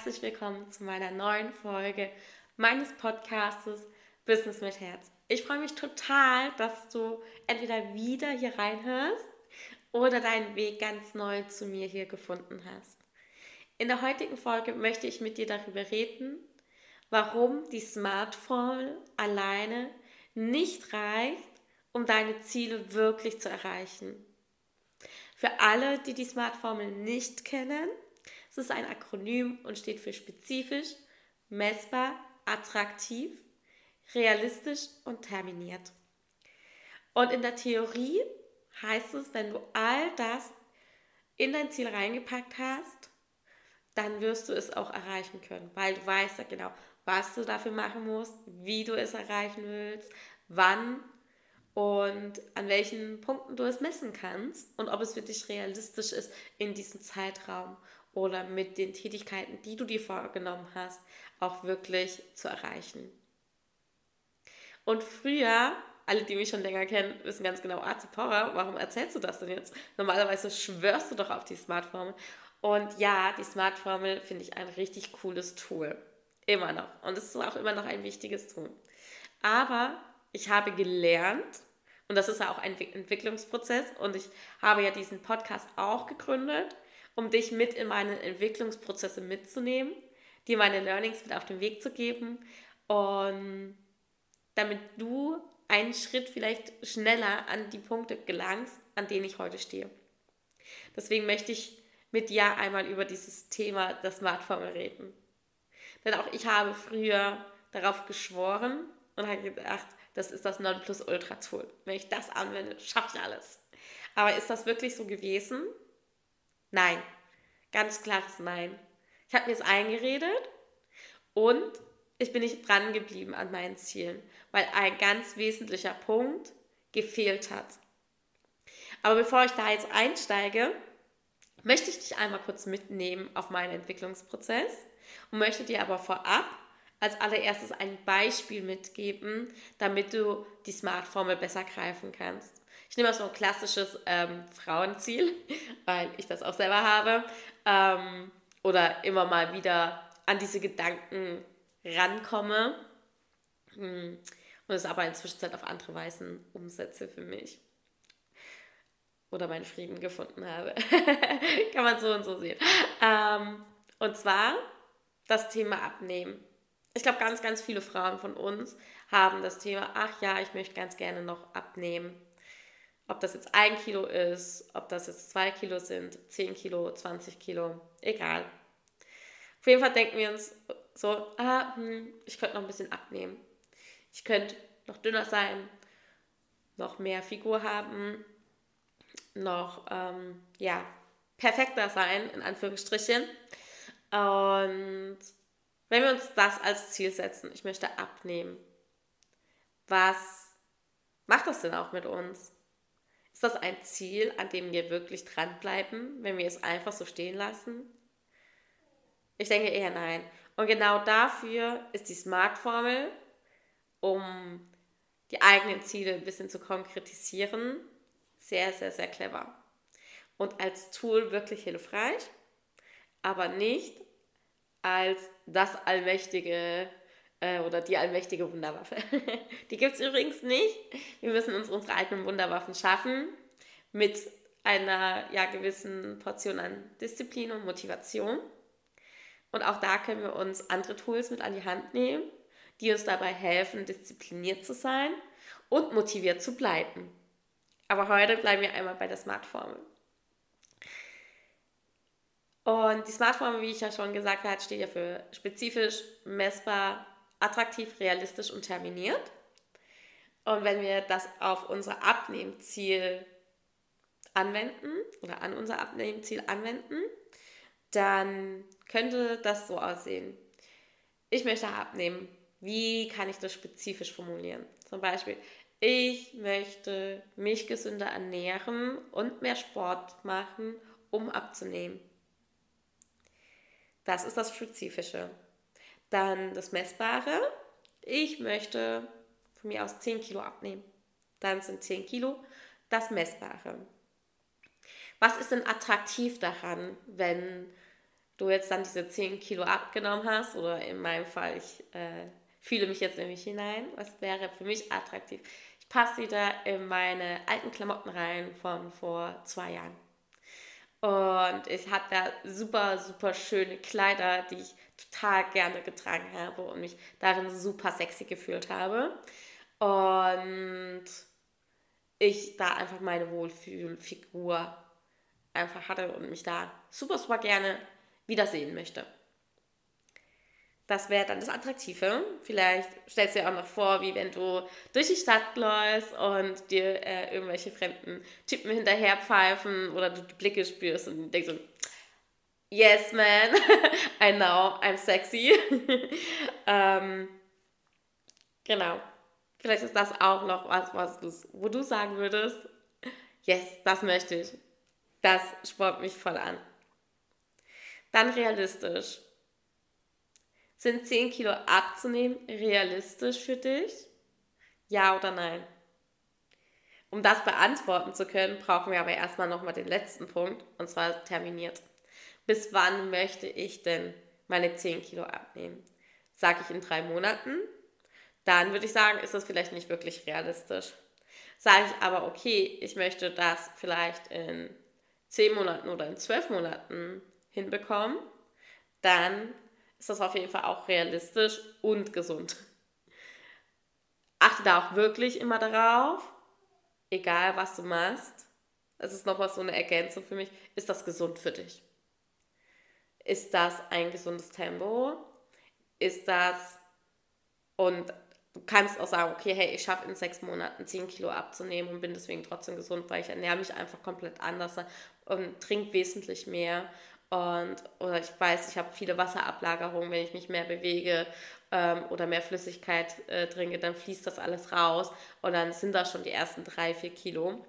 herzlich willkommen zu meiner neuen Folge meines Podcastes Business mit Herz. Ich freue mich total, dass du entweder wieder hier reinhörst oder deinen Weg ganz neu zu mir hier gefunden hast. In der heutigen Folge möchte ich mit dir darüber reden, warum die Smart-Formel alleine nicht reicht, um deine Ziele wirklich zu erreichen. Für alle, die die Smart-Formel nicht kennen, es ist ein Akronym und steht für spezifisch, messbar, attraktiv, realistisch und terminiert. Und in der Theorie heißt es, wenn du all das in dein Ziel reingepackt hast, dann wirst du es auch erreichen können, weil du weißt ja genau, was du dafür machen musst, wie du es erreichen willst, wann und an welchen Punkten du es messen kannst und ob es für dich realistisch ist in diesem Zeitraum oder mit den Tätigkeiten, die du dir vorgenommen hast, auch wirklich zu erreichen. Und früher, alle, die mich schon länger kennen, wissen ganz genau, Zipporah, warum erzählst du das denn jetzt? Normalerweise schwörst du doch auf die Smart-Formel. Und ja, die Smart-Formel finde ich ein richtig cooles Tool. Immer noch. Und es ist auch immer noch ein wichtiges Tool. Aber ich habe gelernt, und das ist ja auch ein Entwicklungsprozess, und ich habe ja diesen Podcast auch gegründet, um dich mit in meine Entwicklungsprozesse mitzunehmen, dir meine Learnings mit auf den Weg zu geben und damit du einen Schritt vielleicht schneller an die Punkte gelangst, an denen ich heute stehe. Deswegen möchte ich mit dir einmal über dieses Thema der Smart-Formel reden. Denn auch ich habe früher darauf geschworen und habe gedacht, das ist das Nonplusultra-Tool. Wenn ich das anwende, schaffe ich alles. Aber ist das wirklich so gewesen? Nein. Ganz klares Nein. Ich habe mir es eingeredet und ich bin nicht dran geblieben an meinen Zielen, weil ein ganz wesentlicher Punkt gefehlt hat. Aber bevor ich da jetzt einsteige, möchte ich dich einmal kurz mitnehmen auf meinen Entwicklungsprozess und möchte dir aber vorab als allererstes ein Beispiel mitgeben, damit du die Smart-Formel besser greifen kannst. Ich nehme mal so ein klassisches Frauenziel, weil ich das auch selber habe, oder immer mal wieder an diese Gedanken rankomme und es aber inzwischen auf andere Weisen umsetze für mich. Oder meinen Frieden gefunden habe. Kann man so und so sehen. Und zwar das Thema Abnehmen. Ich glaube, ganz, ganz viele Frauen von uns haben das Thema, ach ja, ich möchte ganz gerne noch abnehmen. Ob das jetzt 1 Kilo ist, ob das jetzt 2 Kilo sind, 10 Kilo, 20 Kilo, egal. Auf jeden Fall denken wir uns so, ich könnte noch ein bisschen abnehmen. Ich könnte noch dünner sein, noch mehr Figur haben, noch perfekter sein, in Anführungsstrichen. Und wenn wir uns das als Ziel setzen, ich möchte abnehmen, was macht das denn auch mit uns? Ist das ein Ziel, an dem wir wirklich dranbleiben, wenn wir es einfach so stehen lassen? Ich denke eher nein. Und genau dafür ist die Smart-Formel, um die eigenen Ziele ein bisschen zu konkretisieren, sehr, sehr, sehr clever. Und als Tool wirklich hilfreich, aber nicht als das allmächtige oder die allmächtige Wunderwaffe. Die gibt es übrigens nicht. Wir müssen uns unsere eigenen Wunderwaffen schaffen mit einer gewissen Portion an Disziplin und Motivation. Und auch da können wir uns andere Tools mit an die Hand nehmen, die uns dabei helfen, diszipliniert zu sein und motiviert zu bleiben. Aber heute bleiben wir einmal bei der Smart-Formel. Und die Smart-Formel, wie ich ja schon gesagt habe, steht ja für spezifisch, messbar, attraktiv, realistisch und terminiert. Und wenn wir das auf unser Abnehmziel anwenden oder an unser Abnehmziel anwenden, dann könnte das so aussehen. Ich möchte abnehmen. Wie kann ich das spezifisch formulieren? Zum Beispiel, ich möchte mich gesünder ernähren und mehr Sport machen, um abzunehmen. Das ist das Spezifische. Dann das Messbare. Ich möchte von mir aus 10 Kilo abnehmen. Dann sind 10 Kilo das Messbare. Was ist denn attraktiv daran, wenn du jetzt dann diese 10 Kilo abgenommen hast, oder in meinem Fall, ich fühle mich jetzt in mich hinein, was wäre für mich attraktiv? Ich passe wieder in meine alten Klamotten rein von vor 2 Jahren. Und ich hatte da super, super schöne Kleider, die ich total gerne getragen habe und mich darin super sexy gefühlt habe. Und ich da einfach meine Wohlfühlfigur einfach hatte und mich da super, super gerne wiedersehen möchte. Das wäre dann das Attraktive. Vielleicht stellst du dir auch noch vor, wie wenn du durch die Stadt läufst und dir irgendwelche fremden Typen hinterher pfeifen oder du die Blicke spürst und denkst so, yes man, I know, I'm sexy. ähm, genau. Vielleicht ist das auch noch was, wo du sagen würdest, yes, das möchte ich. Das spornt mich voll an. Dann realistisch. Sind 10 Kilo abzunehmen realistisch für dich? Ja oder nein? Um das beantworten zu können, brauchen wir aber erstmal nochmal den letzten Punkt, und zwar terminiert. Bis wann möchte ich denn meine 10 Kilo abnehmen? Sage ich in 3 Monaten? Dann würde ich sagen, ist das vielleicht nicht wirklich realistisch. Sage ich aber, okay, ich möchte das vielleicht in 10 Monaten oder in 12 Monaten hinbekommen, dann ist das auf jeden Fall auch realistisch und gesund. Achte da auch wirklich immer darauf, egal was du machst. Das ist nochmal so eine Ergänzung für mich. Ist das gesund für dich? Ist das ein gesundes Tempo? Ist das, und du kannst auch sagen, okay, hey, ich schaffe in 6 Monaten 10 Kilo abzunehmen und bin deswegen trotzdem gesund, weil ich ernähre mich einfach komplett anders und trinke wesentlich mehr. Oder ich weiß, ich habe viele Wasserablagerungen, wenn ich mich mehr bewege oder mehr Flüssigkeit trinke, dann fließt das alles raus und dann sind das schon die ersten 3, 4 Kilo.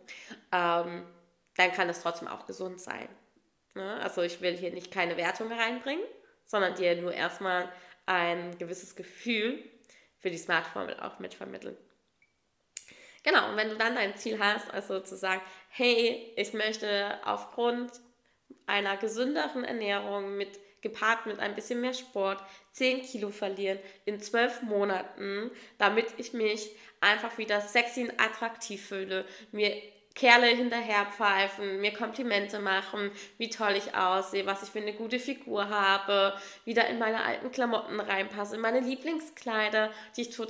Dann kann das trotzdem auch gesund sein. Ne? Also ich will hier nicht keine Wertung reinbringen, sondern dir nur erstmal ein gewisses Gefühl für die Smartphone auch mitvermitteln. Genau, und wenn du dann dein Ziel hast, also zu sagen, hey, ich möchte aufgrund einer gesünderen Ernährung gepaart mit ein bisschen mehr Sport 10 Kilo verlieren in 12 Monaten, damit ich mich einfach wieder sexy und attraktiv fühle, mir Kerle hinterher pfeifen, mir Komplimente machen, wie toll ich aussehe, was ich für eine gute Figur habe, wieder in meine alten Klamotten reinpasse, in meine Lieblingskleider, die ich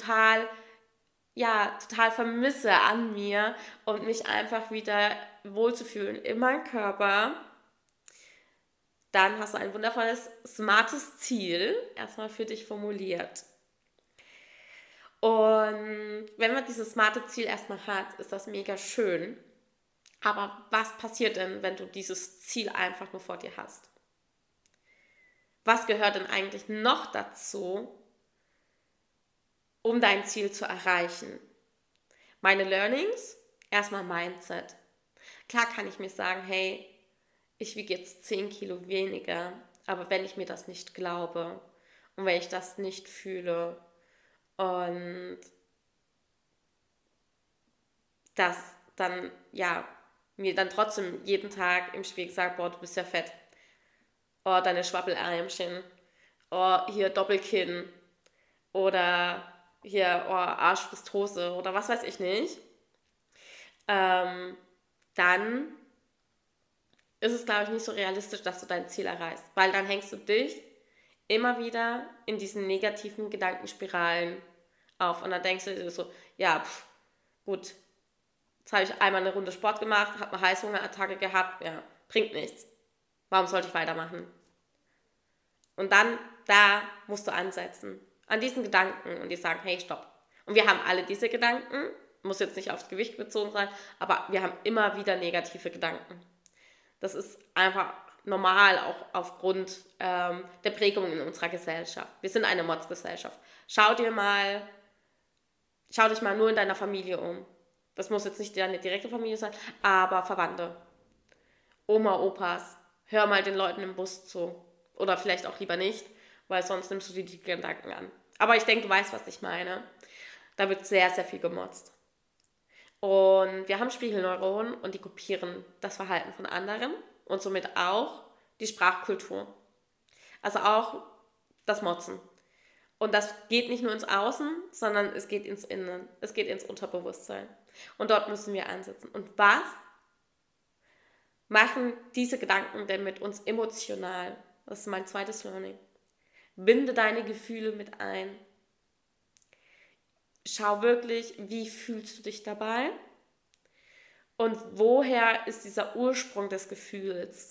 total vermisse an mir und mich einfach wieder wohlzufühlen in meinem Körper. Dann hast du ein wundervolles, smartes Ziel erstmal für dich formuliert. Und wenn man dieses smarte Ziel erstmal hat, ist das mega schön. Aber was passiert denn, wenn du dieses Ziel einfach nur vor dir hast? Was gehört denn eigentlich noch dazu, um dein Ziel zu erreichen? Meine Learnings? Erstmal Mindset. Klar kann ich mir sagen, hey, ich wiege jetzt 10 Kilo weniger, aber wenn ich mir das nicht glaube und wenn ich das nicht fühle und das dann, mir dann trotzdem jeden Tag im Spiegel sagt, boah, du bist ja fett, oh, deine Schwabbelärmchen, oh, hier Doppelkinn oder hier, oh, Arschbrusthose oder was weiß ich nicht, dann ist es, glaube ich, nicht so realistisch, dass du dein Ziel erreichst, weil dann hängst du dich immer wieder in diesen negativen Gedankenspiralen auf und dann denkst du dir so, ja, gut, jetzt habe ich einmal eine Runde Sport gemacht, habe eine Heißhungerattacke gehabt, ja, bringt nichts. Warum sollte ich weitermachen? Und dann, da musst du ansetzen. An diesen Gedanken und die sagen, hey, stopp. Und wir haben alle diese Gedanken, muss jetzt nicht aufs Gewicht bezogen sein, aber wir haben immer wieder negative Gedanken. Das ist einfach normal, auch aufgrund der Prägung in unserer Gesellschaft. Wir sind eine Mods-Gesellschaft. Schau dich mal nur in deiner Familie um. Das muss jetzt nicht deine direkte Familie sein, aber Verwandte. Oma, Opas. Hör mal den Leuten im Bus zu. Oder vielleicht auch lieber nicht, weil sonst nimmst du dir die Gedanken an. Aber ich denke, du weißt, was ich meine. Da wird sehr, sehr viel gemotzt. Und wir haben Spiegelneuronen und die kopieren das Verhalten von anderen und somit auch die Sprachkultur. Also auch das Motzen. Und das geht nicht nur ins Außen, sondern es geht ins Innen. Es geht ins Unterbewusstsein. Und dort müssen wir ansetzen. Und was machen diese Gedanken denn mit uns emotional? Das ist mein zweites Learning. Binde deine Gefühle mit ein. Schau wirklich, wie fühlst du dich dabei? Und woher ist dieser Ursprung des Gefühls?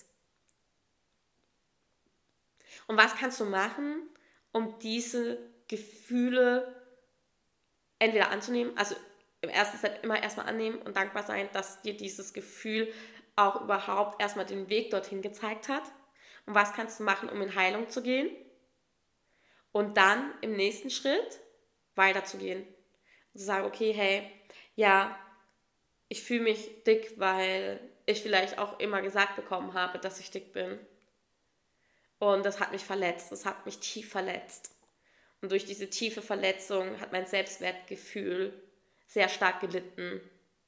Und was kannst du machen, um diese Gefühle entweder anzunehmen, also im ersten Step immer erstmal annehmen und dankbar sein, dass dir dieses Gefühl auch überhaupt erstmal den Weg dorthin gezeigt hat. Und was kannst du machen, um in Heilung zu gehen? Und dann im nächsten Schritt weiterzugehen. Und zu sagen, okay, hey, ja, ich fühle mich dick, weil ich vielleicht auch immer gesagt bekommen habe, dass ich dick bin. Und das hat mich verletzt, das hat mich tief verletzt. Und durch diese tiefe Verletzung hat mein Selbstwertgefühl sehr stark gelitten.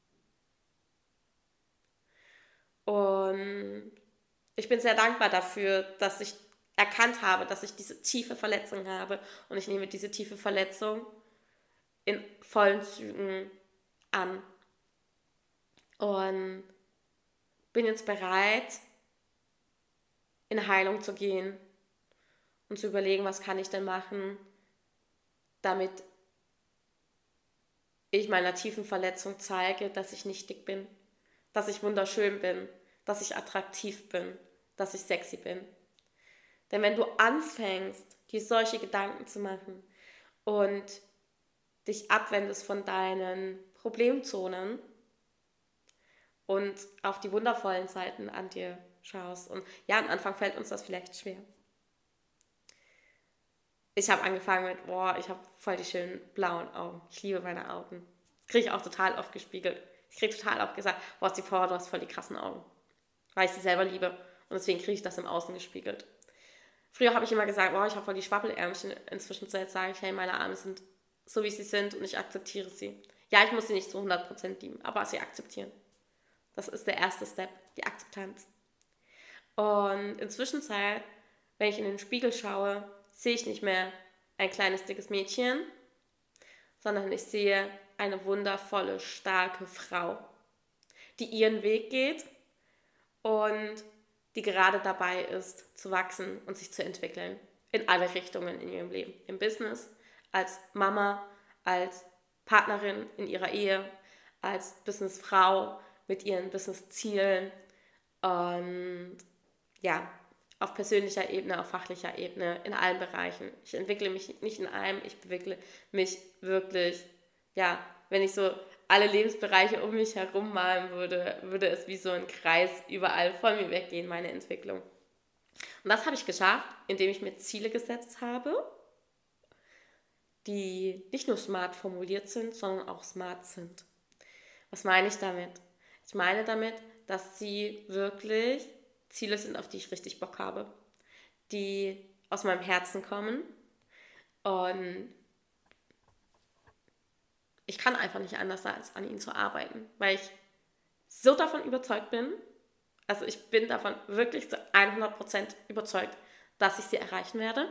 Und ich bin sehr dankbar dafür, dass ich erkannt habe, dass ich diese tiefe Verletzung habe. Und ich nehme diese tiefe Verletzung in vollen Zügen an. Und bin jetzt bereit, in Heilung zu gehen und zu überlegen, was kann ich denn machen, damit ich meiner tiefen Verletzung zeige, dass ich nicht dick bin, dass ich wunderschön bin, dass ich attraktiv bin, dass ich sexy bin. Denn wenn du anfängst, dir solche Gedanken zu machen und dich abwendest von deinen Problemzonen und auf die wundervollen Seiten an dir schaust. Und ja, am Anfang fällt uns das vielleicht schwer. Ich habe angefangen mit, ich habe voll die schönen blauen Augen. Ich liebe meine Augen. Das kriege ich auch total oft gespiegelt. Ich kriege total oft gesagt, Steve, du hast voll die krassen Augen. Weil ich sie selber liebe. Und deswegen kriege ich das im Außen gespiegelt. Früher habe ich immer gesagt, ich habe voll die Schwabbelärmchen. Inzwischen sage ich, hey, meine Arme sind so, wie sie sind und ich akzeptiere sie. Ja, ich muss sie nicht zu 100% lieben, aber sie akzeptieren. Das ist der erste Step, die Akzeptanz. Und inzwischen, wenn ich in den Spiegel schaue, sehe ich nicht mehr ein kleines, dickes Mädchen, sondern ich sehe eine wundervolle, starke Frau, die ihren Weg geht und die gerade dabei ist, zu wachsen und sich zu entwickeln. In alle Richtungen in ihrem Leben. Im Business, als Mama, als Partnerin in ihrer Ehe, als Businessfrau mit ihren Businesszielen und ja, auf persönlicher Ebene, auf fachlicher Ebene, in allen Bereichen. Ich entwickle mich nicht in einem, ich entwickle mich wirklich, wenn ich so alle Lebensbereiche um mich herum malen würde, würde es wie so ein Kreis überall von mir weggehen, meine Entwicklung. Und das habe ich geschafft, indem ich mir Ziele gesetzt habe, die nicht nur smart formuliert sind, sondern auch smart sind. Was meine ich damit? Ich meine damit, dass sie wirklich Ziele sind, auf die ich richtig Bock habe, die aus meinem Herzen kommen und ich kann einfach nicht anders, als an ihnen zu arbeiten, weil ich so davon überzeugt bin, also ich bin davon wirklich zu 100% überzeugt, dass ich sie erreichen werde.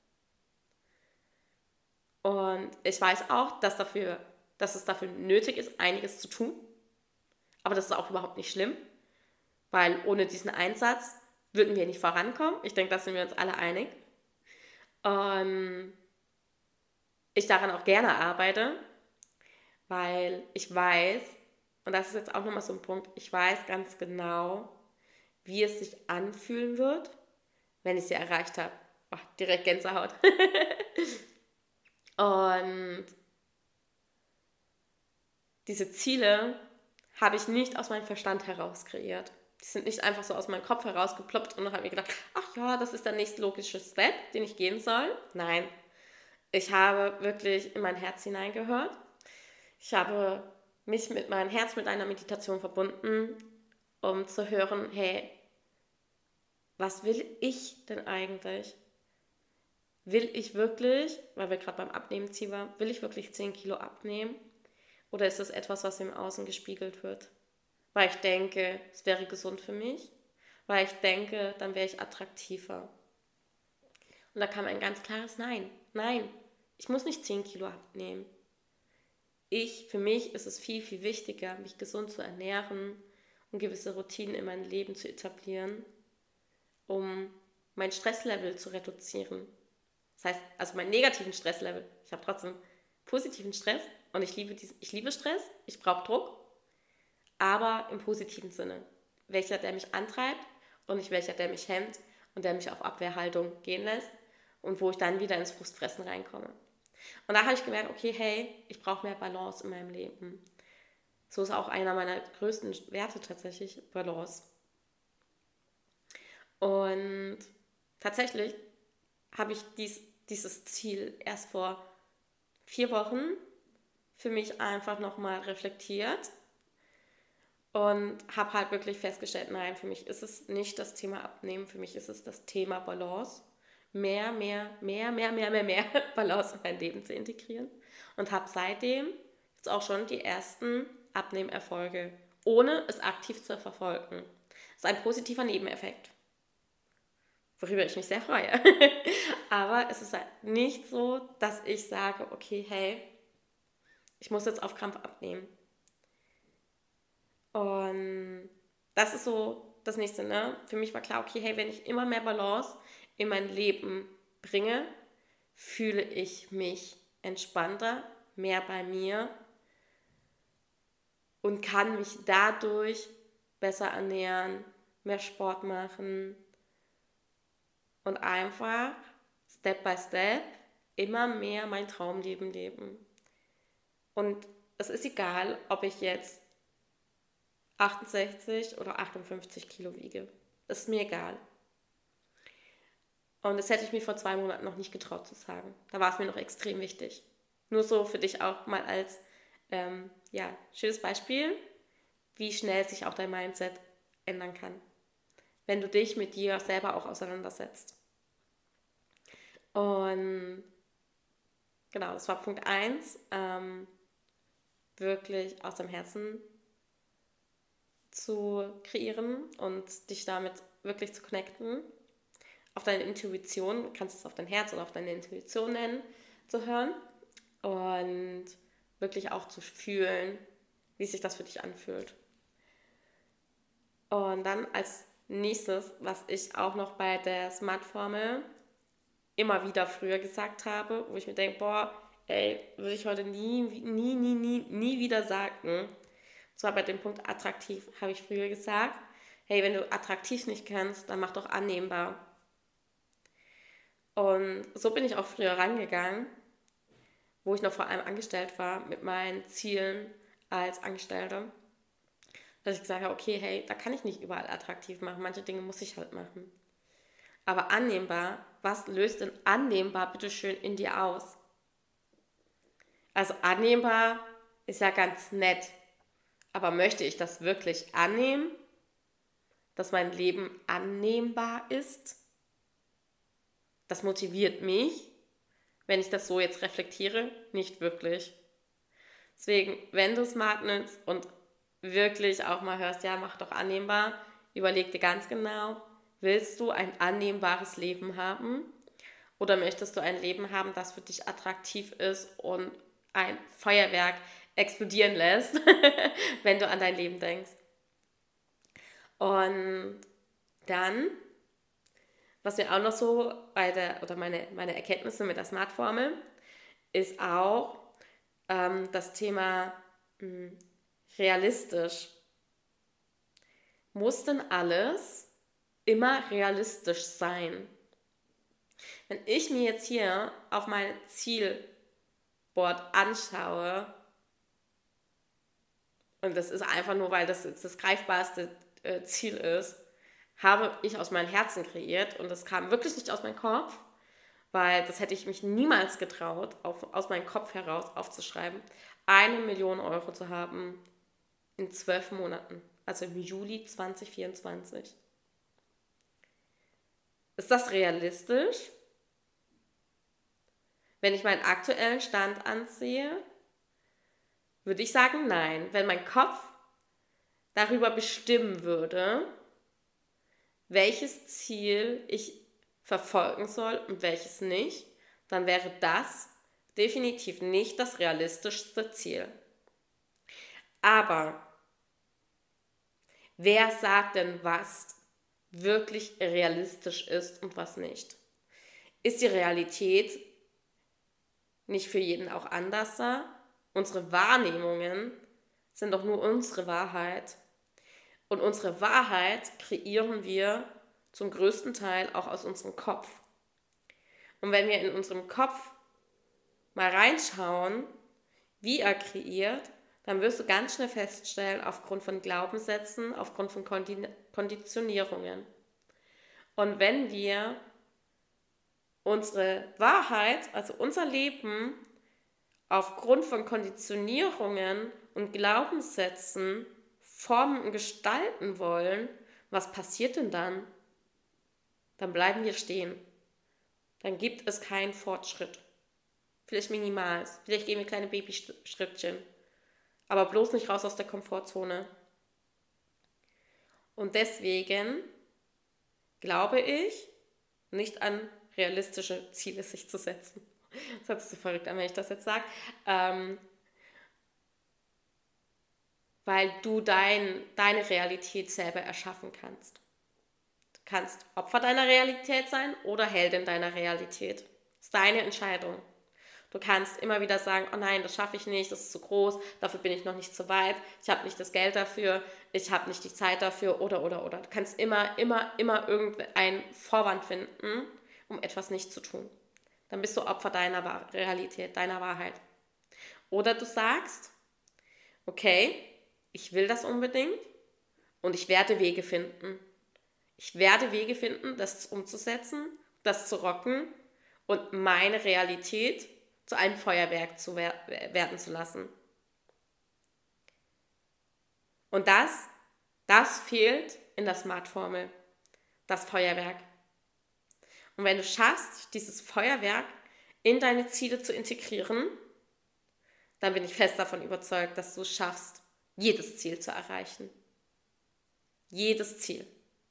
Und ich weiß auch, dass es dafür nötig ist, einiges zu tun. Aber das ist auch überhaupt nicht schlimm, weil ohne diesen Einsatz würden wir nicht vorankommen. Ich denke, da sind wir uns alle einig. Und ich daran auch gerne arbeite, weil ich weiß, und das ist jetzt auch nochmal so ein Punkt, ich weiß ganz genau, wie es sich anfühlen wird, wenn ich sie erreicht habe. Direkt Gänsehaut. Und diese Ziele habe ich nicht aus meinem Verstand heraus kreiert. Die sind nicht einfach so aus meinem Kopf herausgeploppt und dann habe ich mir gedacht, ach ja, das ist der nächste logische Step, den ich gehen soll. Nein, ich habe wirklich in mein Herz hineingehört. Ich habe mich mit meinem Herz mit einer Meditation verbunden, um zu hören, hey, was will ich denn eigentlich? Will ich wirklich, weil wir gerade beim Abnehmen-Ziel waren, will ich wirklich 10 Kilo abnehmen? Oder ist das etwas, was im Außen gespiegelt wird? Weil ich denke, es wäre gesund für mich. Weil ich denke, dann wäre ich attraktiver. Und da kam ein ganz klares Nein. Nein, ich muss nicht 10 Kilo abnehmen. Für mich ist es viel, viel wichtiger, mich gesund zu ernähren und gewisse Routinen in meinem Leben zu etablieren, um mein Stresslevel zu reduzieren. Das heißt, also meinen negativen Stresslevel. Ich habe trotzdem positiven Stress und ich liebe Stress, ich brauche Druck, aber im positiven Sinne. Welcher, der mich antreibt und nicht welcher, der mich hemmt und der mich auf Abwehrhaltung gehen lässt und wo ich dann wieder ins Frustfressen reinkomme. Und da habe ich gemerkt, okay, hey, ich brauche mehr Balance in meinem Leben. So ist auch einer meiner größten Werte tatsächlich, Balance. Und tatsächlich habe ich dieses Ziel erst vor 4 Wochen für mich einfach nochmal reflektiert und habe halt wirklich festgestellt, nein, für mich ist es nicht das Thema Abnehmen, für mich ist es das Thema Balance. Mehr Balance in mein Leben zu integrieren. Und habe seitdem jetzt auch schon die ersten Abnehmerfolge, ohne es aktiv zu verfolgen. Das ist ein positiver Nebeneffekt, worüber ich mich sehr freue. Aber es ist halt nicht so, dass ich sage, okay, hey, ich muss jetzt auf Krampf abnehmen. Und das ist so das Nächste, ne? Für mich war klar, okay, hey, wenn ich immer mehr Balance in mein Leben bringe, fühle ich mich entspannter, mehr bei mir und kann mich dadurch besser ernähren, mehr Sport machen und einfach Step by Step immer mehr mein Traumleben leben. Und es ist egal, ob ich jetzt 68 oder 58 Kilo wiege. Das ist mir egal. Und das hätte ich mir vor 2 Monaten noch nicht getraut zu sagen. Da war es mir noch extrem wichtig. Nur so für dich auch mal als schönes Beispiel, wie schnell sich auch dein Mindset ändern kann, wenn du dich mit dir selber auch auseinandersetzt. Und genau, das war Punkt 1, wirklich aus dem Herzen zu kreieren und dich damit wirklich zu connecten. Auf deine Intuition, du kannst es auf dein Herz oder auf deine Intuition nennen, zu hören und wirklich auch zu fühlen, wie sich das für dich anfühlt. Und dann als nächstes, was ich auch noch bei der SMART-Formel immer wieder früher gesagt habe, wo ich mir denke, würde ich heute nie wieder sagen. Und zwar bei dem Punkt attraktiv habe ich früher gesagt, hey, wenn du attraktiv nicht kannst, dann mach doch annehmbar. Und so bin ich auch früher rangegangen, wo ich noch vor allem angestellt war, mit meinen Zielen als Angestellte. Dass ich gesagt habe, okay, hey, da kann ich nicht überall attraktiv machen, manche Dinge muss ich halt machen. Aber annehmbar, was löst denn annehmbar bitteschön in dir aus? Also annehmbar ist ja ganz nett, aber möchte ich das wirklich annehmen, dass mein Leben annehmbar ist? Das motiviert mich, wenn ich das so jetzt reflektiere, nicht wirklich. Deswegen, wenn du Smart nutzt und wirklich auch mal hörst, ja, mach doch annehmbar, überleg dir ganz genau, willst du ein annehmbares Leben haben oder möchtest du ein Leben haben, das für dich attraktiv ist und ein Feuerwerk explodieren lässt, wenn du an dein Leben denkst. Und dann, was mir auch noch so meine Erkenntnisse mit der SMART-Formel, ist auch das Thema realistisch. Muss denn alles immer realistisch sein? Wenn ich mir jetzt hier auf mein Zielboard anschaue, und das ist einfach nur, weil das jetzt das greifbarste Ziel ist, habe ich aus meinem Herzen kreiert und das kam wirklich nicht aus meinem Kopf, weil das hätte ich mich niemals getraut, aus meinem Kopf heraus aufzuschreiben, 1 Million Euro zu haben in 12 Monaten, also im Juli 2024. Ist das realistisch? Wenn ich meinen aktuellen Stand ansehe, würde ich sagen, nein. Wenn mein Kopf darüber bestimmen würde, welches Ziel ich verfolgen soll und welches nicht, dann wäre das definitiv nicht das realistischste Ziel. Aber wer sagt denn, was wirklich realistisch ist und was nicht? Ist die Realität nicht für jeden auch anders da? Unsere Wahrnehmungen sind doch nur unsere Wahrheit. Und unsere Wahrheit kreieren wir zum größten Teil auch aus unserem Kopf. Und wenn wir in unserem Kopf mal reinschauen, wie er kreiert, dann wirst du ganz schnell feststellen, aufgrund von Glaubenssätzen, aufgrund von Konditionierungen. Und wenn wir unsere Wahrheit, also unser Leben, aufgrund von Konditionierungen und Glaubenssätzen formen und gestalten wollen, was passiert denn dann? Dann bleiben wir stehen. Dann gibt es keinen Fortschritt. Vielleicht minimal, vielleicht gehen wir kleine Babyschrittchen, aber bloß nicht raus aus der Komfortzone. Und deswegen glaube ich, nicht an realistische Ziele sich zu setzen. Das hört sich so verrückt an, wenn ich das jetzt sage. Weil du deine Realität selber erschaffen kannst. Du kannst Opfer deiner Realität sein oder Heldin deiner Realität. Das ist deine Entscheidung. Du kannst immer wieder sagen, oh nein, das schaffe ich nicht, das ist zu groß, dafür bin ich noch nicht so weit, ich habe nicht das Geld dafür, ich habe nicht die Zeit dafür oder. Du kannst immer irgendeinen Vorwand finden, um etwas nicht zu tun. Dann bist du Opfer deiner Realität, deiner Wahrheit. Oder du sagst, okay, ich will das unbedingt und ich werde Wege finden. Ich werde Wege finden, das umzusetzen, das zu rocken und meine Realität zu einem Feuerwerk werden zu lassen. Und das fehlt in der SMART-Formel, das Feuerwerk. Und wenn du schaffst, dieses Feuerwerk in deine Ziele zu integrieren, dann bin ich fest davon überzeugt, dass du es schaffst, jedes Ziel zu erreichen. Jedes Ziel.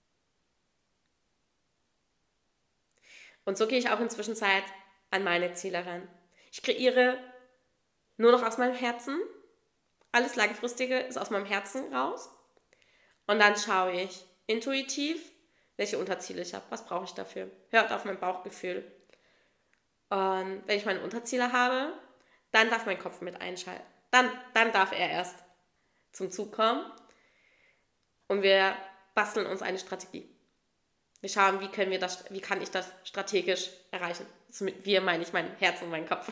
Und so gehe ich auch inzwischen an meine Ziele ran. Ich kreiere nur noch aus meinem Herzen. Alles Langfristige ist aus meinem Herzen raus. Und dann schaue ich intuitiv, welche Unterziele ich habe. Was brauche ich dafür? Hört auf mein Bauchgefühl. Und wenn ich meine Unterziele habe, dann darf mein Kopf mit einschalten. Dann darf er erst zum Zug kommen. Und wir basteln uns eine Strategie. Wir schauen, wie kann ich das strategisch erreichen. Also mit wir meine ich mein Herz und meinen Kopf.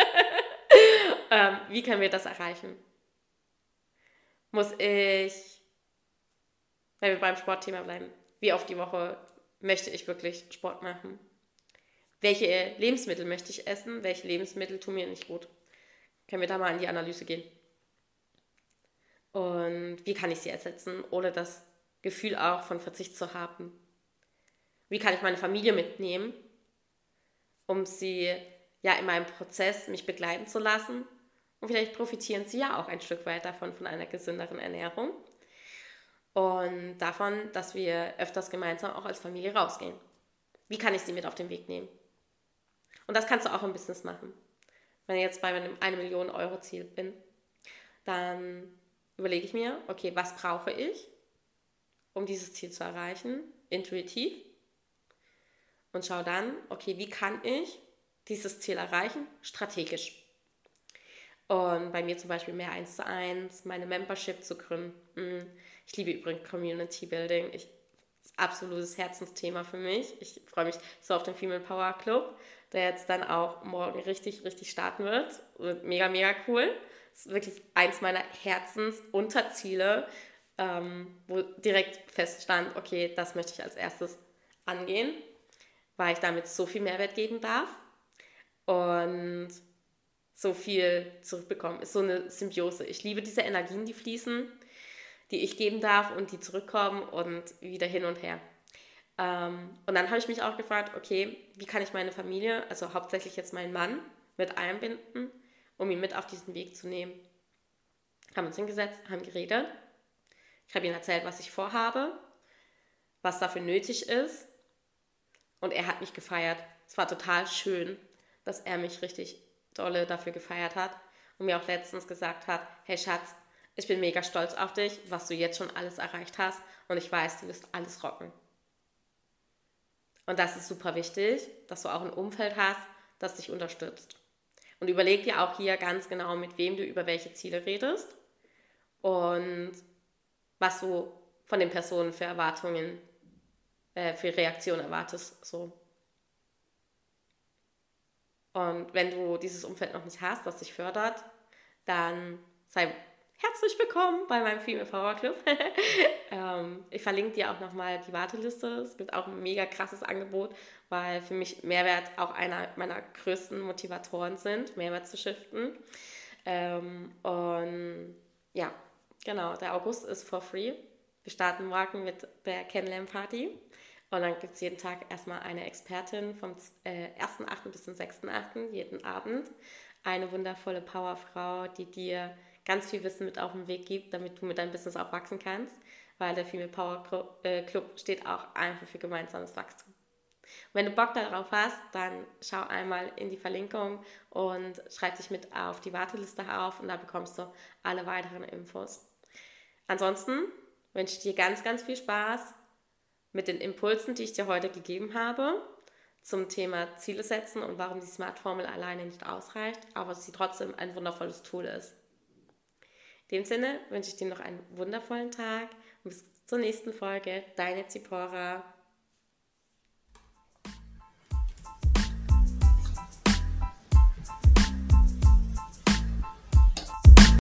Wie können wir das erreichen? Muss ich, wenn wir beim Sportthema bleiben, wie oft die Woche möchte ich wirklich Sport machen? Welche Lebensmittel möchte ich essen? Welche Lebensmittel tun mir nicht gut? Können wir da mal in die Analyse gehen? Und wie kann ich sie ersetzen, ohne das Gefühl auch von Verzicht zu haben? Wie kann ich meine Familie mitnehmen, um sie ja in meinem Prozess mich begleiten zu lassen? Und vielleicht profitieren sie ja auch ein Stück weit davon, von einer gesünderen Ernährung. Und davon, dass wir öfters gemeinsam auch als Familie rausgehen. Wie kann ich sie mit auf den Weg nehmen? Und das kannst du auch im Business machen. Wenn ich jetzt bei einem 1 Million Euro Ziel bin, dann überlege ich mir, okay, was brauche ich, um dieses Ziel zu erreichen, intuitiv. Und schaue dann, okay, wie kann ich dieses Ziel erreichen, strategisch. Und bei mir zum Beispiel mehr 1:1, meine Membership zu gründen. Ich liebe übrigens Community Building. Das ist ein absolutes Herzensthema für mich. Ich freue mich so auf den Female Power Club, der jetzt dann auch morgen richtig starten wird. Mega, mega cool. Das ist wirklich eins meiner Herzensunterziele, wo direkt feststand, okay, das möchte ich als erstes angehen, weil ich damit so viel Mehrwert geben darf und so viel zurückbekommen. Ist so eine Symbiose. Ich liebe diese Energien, die fließen, die ich geben darf und die zurückkommen und wieder hin und her. Und dann habe ich mich auch gefragt, okay, wie kann ich meine Familie, also hauptsächlich jetzt meinen Mann, mit einbinden, um ihn mit auf diesen Weg zu nehmen. Haben uns hingesetzt, haben geredet. Ich habe ihm erzählt, was ich vorhabe, was dafür nötig ist. Und er hat mich gefeiert. Es war total schön, dass er mich richtig dolle dafür gefeiert hat und mir auch letztens gesagt hat, hey Schatz, ich bin mega stolz auf dich, was du jetzt schon alles erreicht hast und ich weiß, du wirst alles rocken. Und das ist super wichtig, dass du auch ein Umfeld hast, das dich unterstützt. Und überleg dir auch hier ganz genau, mit wem du über welche Ziele redest und was du von den Personen für Erwartungen, für Reaktionen erwartest. So. Und wenn du dieses Umfeld noch nicht hast, das dich fördert, dann sei herzlich willkommen bei meinem Female Power Club. Ich verlinke dir auch nochmal die Warteliste. Es gibt auch ein mega krasses Angebot, weil für mich Mehrwert auch einer meiner größten Motivatoren sind, Mehrwert zu shiften. Und ja, genau, der August ist for free. Wir starten morgen mit der Kennenlernparty. Und dann gibt es jeden Tag erstmal eine Expertin vom 1.8. bis zum 6.8. jeden Abend. Eine wundervolle Powerfrau, die dir ganz viel Wissen mit auf den Weg gibt, damit du mit deinem Business auch wachsen kannst. Weil der Female Power Club steht auch einfach für gemeinsames Wachstum. Und wenn du Bock darauf hast, dann schau einmal in die Verlinkung und schreib dich mit auf die Warteliste auf und da bekommst du alle weiteren Infos. Ansonsten wünsche ich dir ganz, ganz viel Spaß mit den Impulsen, die ich dir heute gegeben habe zum Thema Ziele setzen und warum die Smart-Formel alleine nicht ausreicht, aber sie trotzdem ein wundervolles Tool ist. In dem Sinne wünsche ich dir noch einen wundervollen Tag und bis zur nächsten Folge. Deine Zipporah.